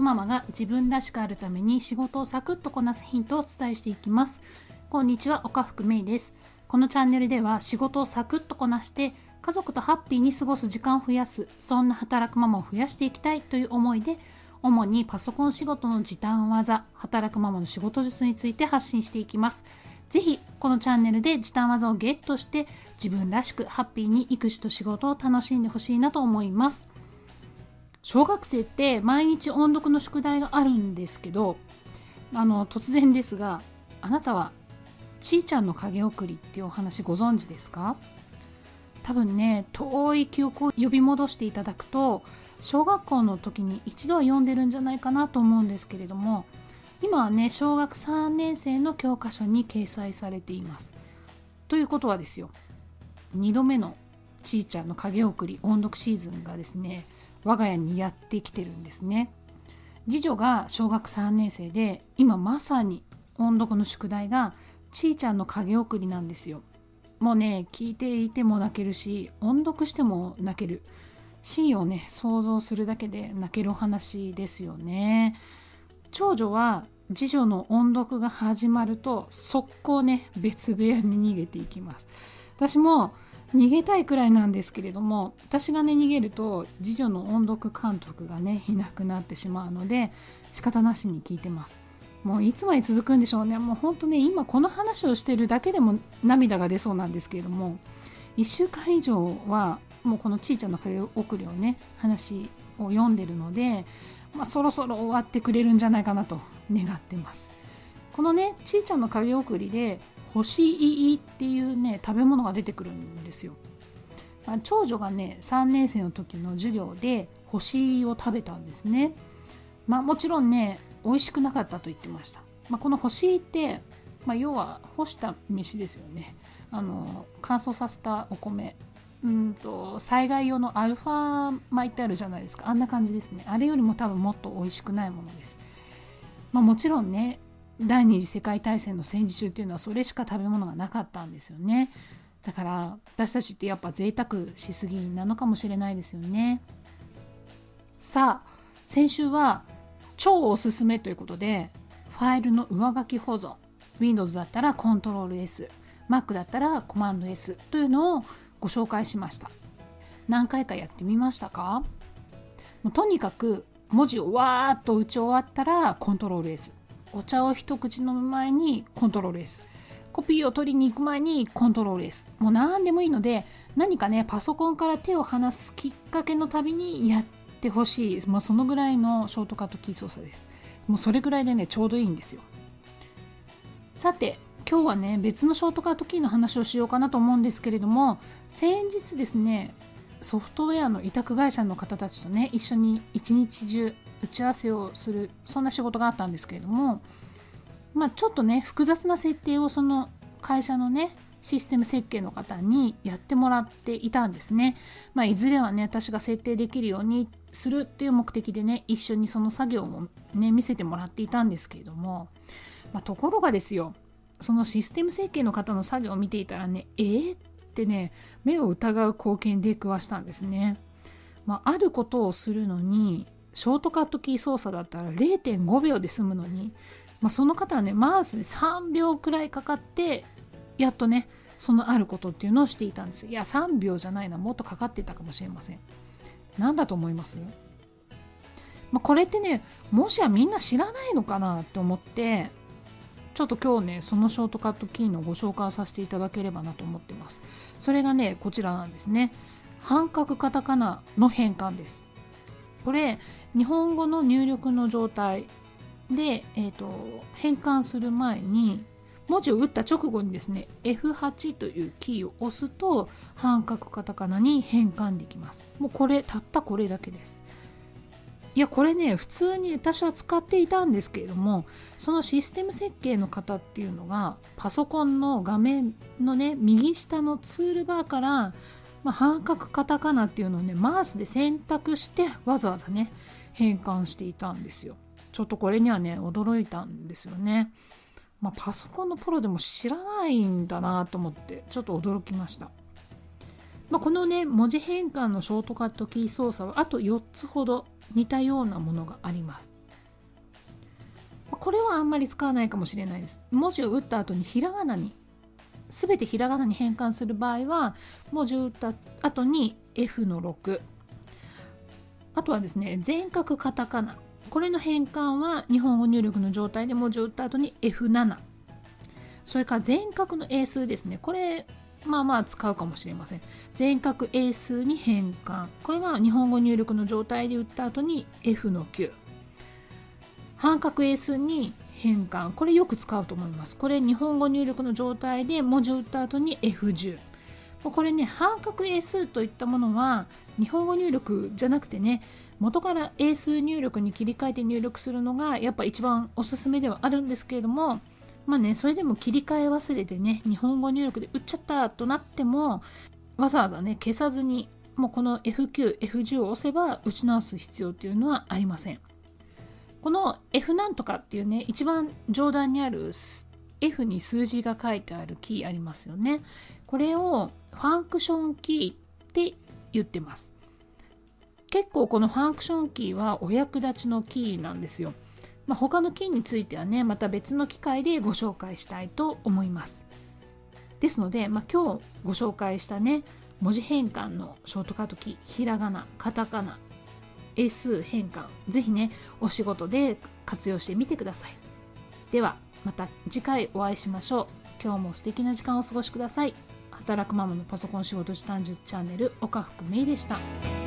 ママが自分らしくあるために仕事をサクッとこなすヒントをお伝えしていきます。こんにちは、岡福芽衣です。このチャンネルでは仕事をサクッとこなして家族とハッピーに過ごす時間を増やす、そんな働くママを増やしていきたいという思いで、主にパソコン仕事の時短技、働くママの仕事術について発信していきます。ぜひこのチャンネルで時短技をゲットして自分らしくハッピーに育児と仕事を楽しんでほしいなと思います。小学生って毎日音読の宿題があるんですけど、突然ですが、あなたはちーちゃんの影送りっていうお話ご存知ですか？多分ね、遠い記憶を呼び戻していただくと、小学校の時に一度は読んでるんじゃないかなと思うんですけれども、今はね、小学3年生の教科書に掲載されています。ということはですよ、2度目のちーちゃんの影送り音読シーズンがですね、我が家にやってきてるんですね。次女が小学3年生で、今まさに音読の宿題がちーちゃんの影送りなんですよ。もうね、聞いていても泣けるし、音読しても泣けるシーンをね、想像するだけで泣けるお話ですよね。長女は次女の音読が始まると速攻ね、別部屋に逃げていきます。私も逃げたいくらいなんですけれども、私がね逃げると次女の音読監督がねいなくなってしまうので、仕方なしに聞いてます。もういつまで続くんでしょうね。もう本当ね、今この話をしているだけでも涙が出そうなんですけれども、1週間以上はもうこのちーちゃんの影送りをね、話を読んでるので、そろそろ終わってくれるんじゃないかなと願ってます。このね、ちーちゃんの影送りで干しいっていうね、食べ物が出てくるんですよ。長女がね、3年生の時の授業で干しいを食べたんですね。もちろんね、美味しくなかったと言ってました。この干しいって、要は干した飯ですよね。乾燥させたお米、災害用のアルファ米ってあるじゃないですか。あんな感じですね。あれよりも多分もっと美味しくないものです。もちろんね、第二次世界大戦の戦時中っていうのはそれしか食べ物がなかったんですよね。だから私たちってやっぱ贅沢しすぎなのかもしれないですよね。さあ、先週は超おすすめということで、ファイルの上書き保存、 Windows だったら Ctrl+S、Mac だったら Command+S というのをご紹介しました。何回かやってみましたか？もうとにかく文字をわーっと打ち終わったら Ctrl+S、 お茶を一口飲む前に Ctrl+S、 コピーを取りに行く前に Ctrl+S、 もう何でもいいので、何かね、パソコンから手を離すきっかけのたびにやってほしい。そのぐらいのショートカットキー操作です。もうそれぐらいでね、ちょうどいいんですよ。さて、今日はね、別のショートカットキーの話をしようかなと思うんですけれども、先日ですね、ソフトウェアの委託会社の方たちとね、一緒に一日中打ち合わせをする、そんな仕事があったんですけれども、ちょっとね、複雑な設定をその会社のね、システム設計の方にやってもらっていたんですね。いずれはね、私が設定できるようにするっていう目的でね、一緒にその作業をね、見せてもらっていたんですけれども、ところがですよ、そのシステム設計の方の作業を見ていたらね、ってね、目を疑う光景に出くわしたんですね。あることをするのに、ショートカットキー操作だったら 0.5 秒で済むのに、その方はね、マウスで3秒くらいかかってやっとね、そのあることっていうのをしていたんです。いや、3秒じゃないな、もっとかかってたかもしれません。何だと思います？これってね、もしやみんな知らないのかなと思って、ちょっと今日ね、そのショートカットキーのご紹介をさせていただければなと思ってます。それがね、こちらなんですね。半角カタカナの変換です。これ、日本語の入力の状態で、変換する前に、文字を打った直後にですね、F8 というキーを押すと半角カタカナに変換できます。もうこれ、たったこれだけです。いや、これね、普通に私は使っていたんですけれども、そのシステム設計の方っていうのが、パソコンの画面のね、右下のツールバーから、半角カタカナっていうのをね、マウスで選択してわざわざね、変換していたんですよ。ちょっとこれにはね、驚いたんですよね。パソコンのプロでも知らないんだなと思ってちょっと驚きました。このね、文字変換のショートカットキー操作はあと4つほど似たようなものがあります。 これはあんまり使わないかもしれないです。文字を打った後に全てひらがなに変換する場合は、文字を打った後に F の6、あとはですね、全角カタカナ、これの変換は日本語入力の状態で文字を打った後に F7、それから全角の英数ですね、これ使うかもしれません。全角英数に変換、これが日本語入力の状態で打った後に F の9、半角英数に変換、これよく使うと思います。これ日本語入力の状態で文字を打った後に F10、これね、半角英数といったものは日本語入力じゃなくてね、元から英数入力に切り替えて入力するのがやっぱ一番おすすめではあるんですけれども、それでも切り替え忘れてね、日本語入力で打っちゃったとなっても、わざわざね消さずにもうこの F9、F10 を押せば打ち直す必要っていうのはありません。この F なんとかっていうね、一番上段にある F に数字が書いてあるキーありますよね。これをファンクションキーって言ってます。結構このファンクションキーはお役立ちのキーなんですよ。他のキーについてはね、また別の機会でご紹介したいと思います。ですので、今日ご紹介したね、文字変換のショートカットキー、ひらがな、カタカナ、英数変換、ぜひね、お仕事で活用してみてください。では、また次回お会いしましょう。今日も素敵な時間をお過ごしください。働くママのパソコン仕事時短術チャンネル、岡福芽衣でした。